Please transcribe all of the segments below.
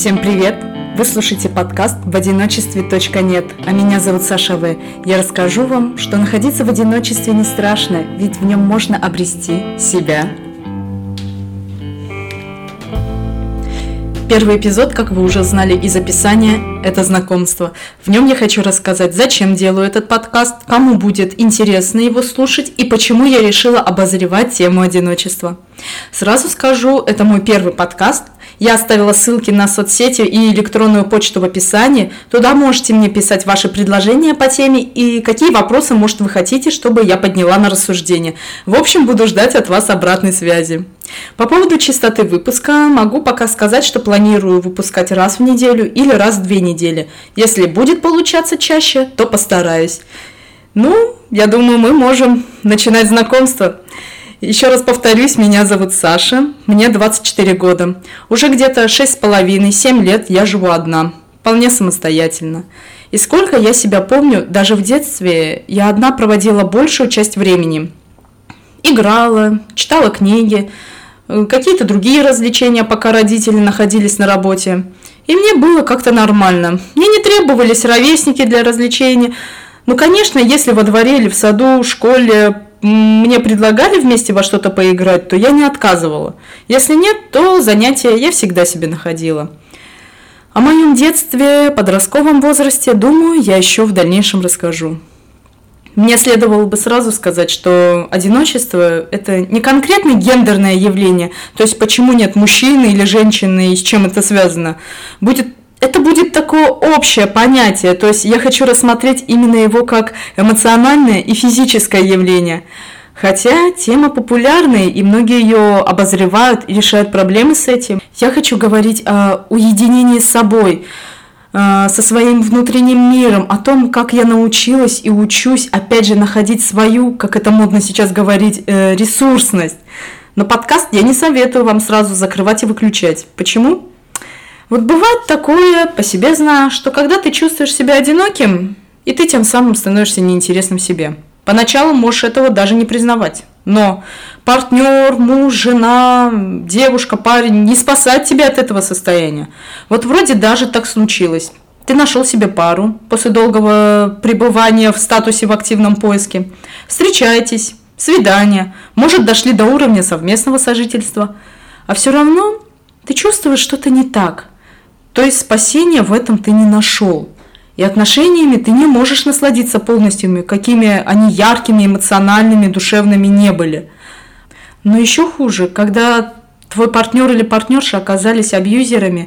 Всем привет! Вы слушаете подкаст «В одиночестве.нет», а меня зовут Саша В. Я расскажу вам, что находиться в одиночестве не страшно, ведь в нем можно обрести себя. Первый эпизод, как вы уже узнали из описания, это знакомство. В нем я хочу рассказать, зачем делаю этот подкаст, кому будет интересно его слушать и почему я решила обозревать тему одиночества. Сразу скажу, это мой первый подкаст. Я оставила ссылки на соцсети и электронную почту в описании. Туда можете мне писать ваши предложения по теме и какие вопросы, может, вы хотите, чтобы я подняла на рассуждение. В общем, буду ждать от вас обратной связи. По поводу частоты выпуска могу пока сказать, что планирую выпускать раз в неделю или раз в 2 недели. Если будет получаться чаще, то постараюсь. Я думаю, мы можем начинать знакомство. Еще раз повторюсь, меня зовут Саша, мне 24 года. Уже где-то 6,5-7 лет я живу одна, вполне самостоятельно. И сколько я себя помню, даже в детстве я одна проводила большую часть времени. Играла, читала книги, какие-то другие развлечения, пока родители находились на работе. И мне было как-то нормально. Мне не требовались ровесники для развлечений. Конечно, если во дворе или в саду, в школе мне предлагали вместе во что-то поиграть, то я не отказывала. Если нет, то занятия я всегда себе находила. О моем детстве, подростковом возрасте, думаю, я еще в дальнейшем расскажу. Мне следовало бы сразу сказать, что одиночество – это не конкретно гендерное явление, то есть почему нет мужчины или женщины и с чем это связано. Это будет такое общее понятие, то есть я хочу рассмотреть именно его как эмоциональное и физическое явление. Хотя тема популярная, и многие ее обозревают и решают проблемы с этим. Я хочу говорить о уединении с собой, со своим внутренним миром, о том, как я научилась и учусь, опять же, находить свою, как это модно сейчас говорить, ресурсность. Но подкаст я не советую вам сразу закрывать и выключать. Почему? Бывает такое, по себе знаю, что когда ты чувствуешь себя одиноким, и ты тем самым становишься неинтересным себе. Поначалу можешь этого даже не признавать. Но партнер, муж, жена, девушка, парень не спасает тебя от этого состояния. Вроде даже так случилось. Ты нашел себе пару после долгого пребывания в статусе в активном поиске. Встречаетесь, свидания, может, дошли до уровня совместного сожительства. А все равно ты чувствуешь что-то не так. То есть спасения в этом ты не нашел. И отношениями ты не можешь насладиться полностью, какими они яркими, эмоциональными, душевными не были. Но еще хуже, когда твой партнер или партнерша оказались абьюзерами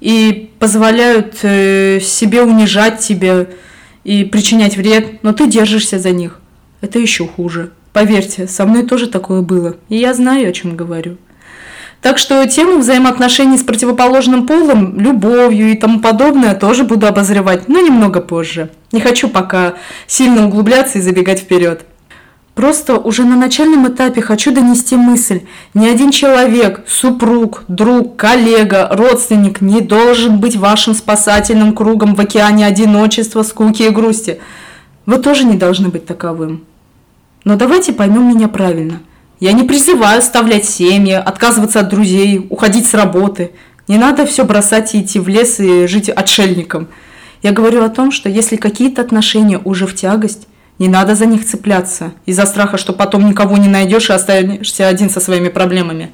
и позволяют себе унижать тебя и причинять вред, но ты держишься за них. Это еще хуже. Поверьте, со мной тоже такое было, и я знаю, о чем говорю. Так что тему взаимоотношений с противоположным полом, любовью и тому подобное тоже буду обозревать, но немного позже. Не хочу пока сильно углубляться и забегать вперед. Просто уже на начальном этапе хочу донести мысль. Ни один человек, супруг, друг, коллега, родственник не должен быть вашим спасательным кругом в океане одиночества, скуки и грусти. Вы тоже не должны быть таковым. Но давайте поймем меня правильно. Я не призываю оставлять семьи, отказываться от друзей, уходить с работы. Не надо все бросать и идти в лес и жить отшельником. Я говорю о том, что если какие-то отношения уже в тягость, не надо за них цепляться из-за страха, что потом никого не найдешь и останешься один со своими проблемами.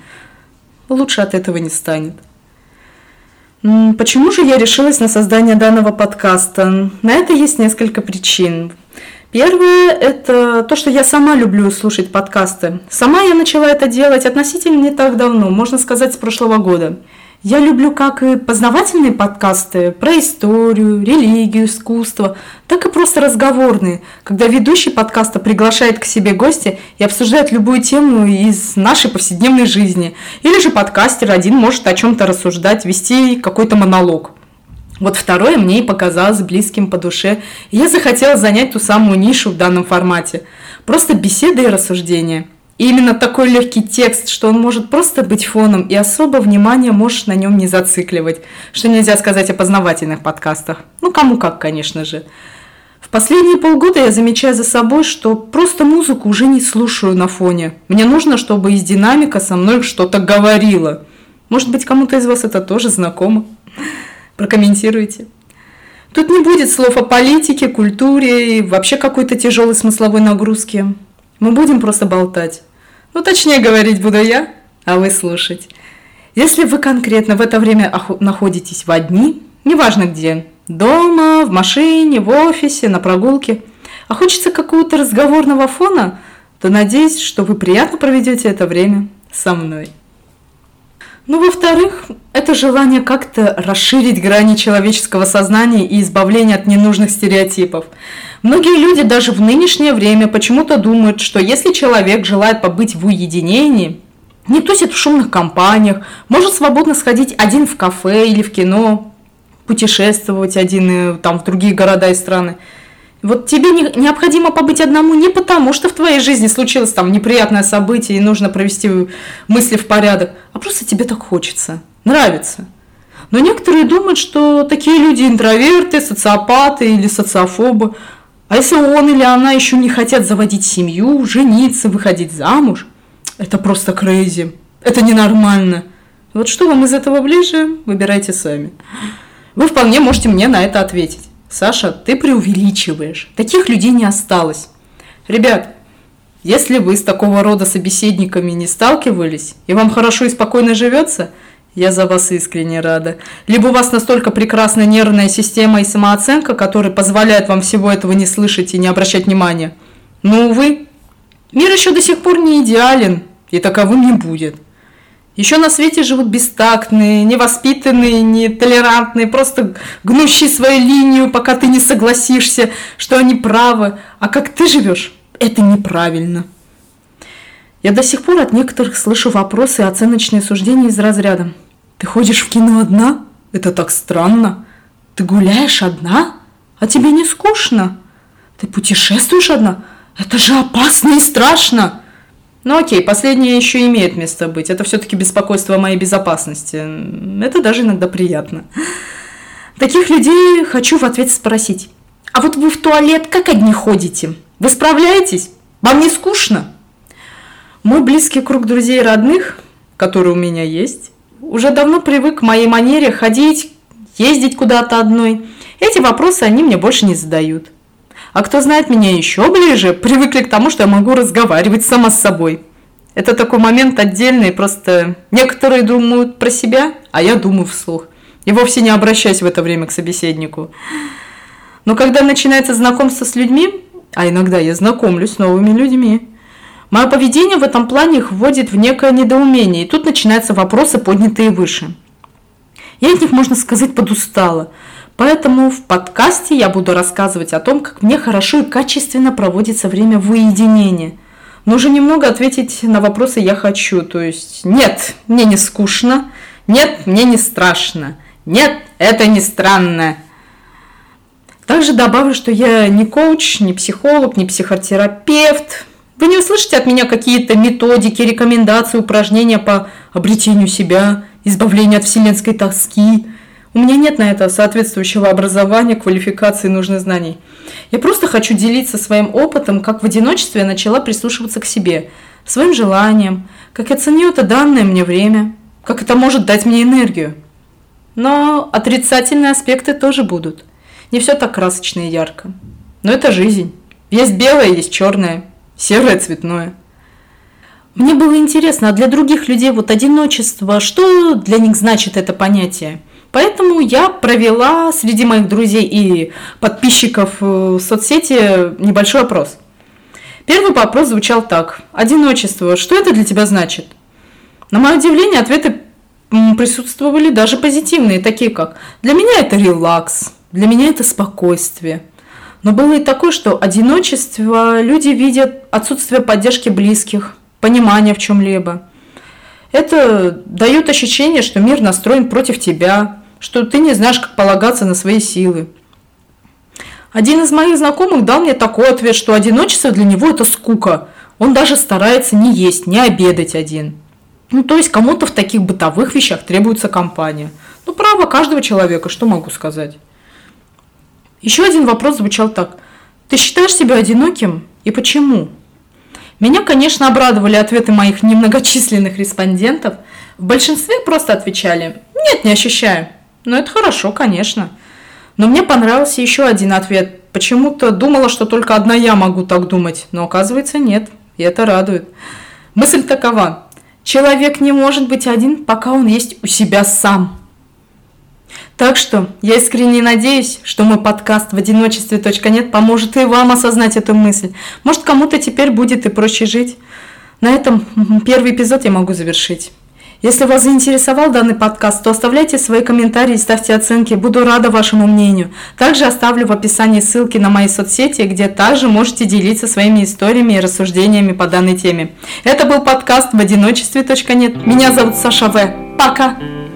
Лучше от этого не станет. Почему же я решилась на создание данного подкаста? На это есть несколько причин. Первое – это то, что я сама люблю слушать подкасты. Сама я начала это делать относительно не так давно, можно сказать, с прошлого года. Я люблю как и познавательные подкасты про историю, религию, искусство, так и просто разговорные, когда ведущий подкаста приглашает к себе гостя и обсуждает любую тему из нашей повседневной жизни. Или же подкастер один может о чем-то рассуждать, вести какой-то монолог. Второе мне и показалось близким по душе, и я захотела занять ту самую нишу в данном формате. Просто беседы и рассуждения. И именно такой легкий текст, что он может просто быть фоном, и особо внимание можешь на нем не зацикливать, что нельзя сказать о познавательных подкастах. Кому как, конечно же. В последние полгода я замечаю за собой, что просто музыку уже не слушаю на фоне. Мне нужно, чтобы из динамика со мной что-то говорило. Может быть, кому-то из вас это тоже знакомо. Прокомментируйте. Тут не будет слов о политике, культуре и вообще какой-то тяжелой смысловой нагрузки. Мы будем просто болтать. Точнее говорить буду я, а вы слушать. Если вы конкретно в это время находитесь в одни, неважно где, дома, в машине, в офисе, на прогулке, а хочется какого-то разговорного фона, то надеюсь, что вы приятно проведете это время со мной. Во-вторых, это желание как-то расширить грани человеческого сознания и избавление от ненужных стереотипов. Многие люди даже в нынешнее время почему-то думают, что если человек желает побыть в уединении, не тусит в шумных компаниях, может свободно сходить один в кафе или в кино, путешествовать один в другие города и страны. Тебе необходимо побыть одному не потому, что в твоей жизни случилось неприятное событие и нужно провести мысли в порядок, а просто тебе так хочется, нравится. Но некоторые думают, что такие люди интроверты, социопаты или социофобы. А если он или она еще не хотят заводить семью, жениться, выходить замуж, это просто crazy, это ненормально. Что вам из этого ближе, выбирайте сами. Вы вполне можете мне на это ответить. Саша, ты преувеличиваешь. Таких людей не осталось. Ребят, если вы с такого рода собеседниками не сталкивались, и вам хорошо и спокойно живется, я за вас искренне рада. Либо у вас настолько прекрасная нервная система и самооценка, которая позволяет вам всего этого не слышать и не обращать внимания. Но, увы, мир еще до сих пор не идеален, и таковым не будет. Еще на свете живут бестактные, невоспитанные, нетолерантные, просто гнущие свою линию, пока ты не согласишься, что они правы. А как ты живешь, это неправильно. Я до сих пор от некоторых слышу вопросы и оценочные суждения из разряда: ты ходишь в кино одна? Это так странно. Ты гуляешь одна? А тебе не скучно? Ты путешествуешь одна? Это же опасно и страшно. Окей, последнее еще имеет место быть. Это все-таки беспокойство о моей безопасности. Это даже иногда приятно. Таких людей хочу в ответ спросить: а вы в туалет как одни ходите? Вы справляетесь? Вам не скучно? Мой близкий круг друзей и родных, который у меня есть, уже давно привык к моей манере ходить, ездить куда-то одной. Эти вопросы они мне больше не задают. А кто знает меня еще ближе, привыкли к тому, что я могу разговаривать сама с собой. Это такой момент отдельный, просто некоторые думают про себя, а я думаю вслух. И вовсе не обращаюсь в это время к собеседнику. Но когда начинается знакомство с людьми, а иногда я знакомлюсь с новыми людьми, мое поведение в этом плане их вводит в некое недоумение, и тут начинаются вопросы, поднятые выше. Я от них, можно сказать, подустала. Поэтому в подкасте я буду рассказывать о том, как мне хорошо и качественно проводится время в уединении. Но уже немного ответить на вопросы я хочу. То есть нет, мне не скучно, нет, мне не страшно, нет, это не странно. Также добавлю, что я не коуч, не психолог, не психотерапевт. Вы не услышите от меня какие-то методики, рекомендации, упражнения по обретению себя, избавлению от вселенской тоски. У меня нет на это соответствующего образования, квалификации и нужных знаний. Я просто хочу делиться своим опытом, как в одиночестве я начала прислушиваться к себе, своим желаниям, как я ценю это данное мне время, как это может дать мне энергию. Но отрицательные аспекты тоже будут. Не все так красочно и ярко. Но это жизнь. Есть белое, есть черное, серое, цветное. Мне было интересно, а для других людей одиночество, что для них значит это понятие? Поэтому я провела среди моих друзей и подписчиков в соцсети небольшой опрос. Первый вопрос звучал так: одиночество, что это для тебя значит? На мое удивление, ответы присутствовали даже позитивные, такие как: для меня это релакс, для меня это спокойствие. Но было и такое, что одиночество люди видят отсутствие поддержки близких, понимания в чем-либо. Это дает ощущение, что мир настроен против тебя, что ты не знаешь, как полагаться на свои силы. Один из моих знакомых дал мне такой ответ, что одиночество для него – это скука. Он даже старается не есть, не обедать один. То есть кому-то в таких бытовых вещах требуется компания. Право каждого человека, что могу сказать. Еще один вопрос звучал так: ты считаешь себя одиноким и почему? Меня, конечно, обрадовали ответы моих немногочисленных респондентов. В большинстве просто отвечали: нет, не ощущаю. Ну, это хорошо, конечно. Но мне понравился еще один ответ. Почему-то думала, что только одна я могу так думать, но оказывается нет, и это радует. Мысль такова. Человек не может быть один, пока он есть у себя сам. Так что я искренне надеюсь, что мой подкаст в одиночестве.нет поможет и вам осознать эту мысль. Может, кому-то теперь будет и проще жить. На этом первый эпизод я могу завершить. Если вас заинтересовал данный подкаст, то оставляйте свои комментарии, ставьте оценки, буду рада вашему мнению. Также оставлю в описании ссылки на мои соцсети, где также можете делиться своими историями и рассуждениями по данной теме. Это был подкаст в одиночестве.нет. Меня зовут Саша В. Пока!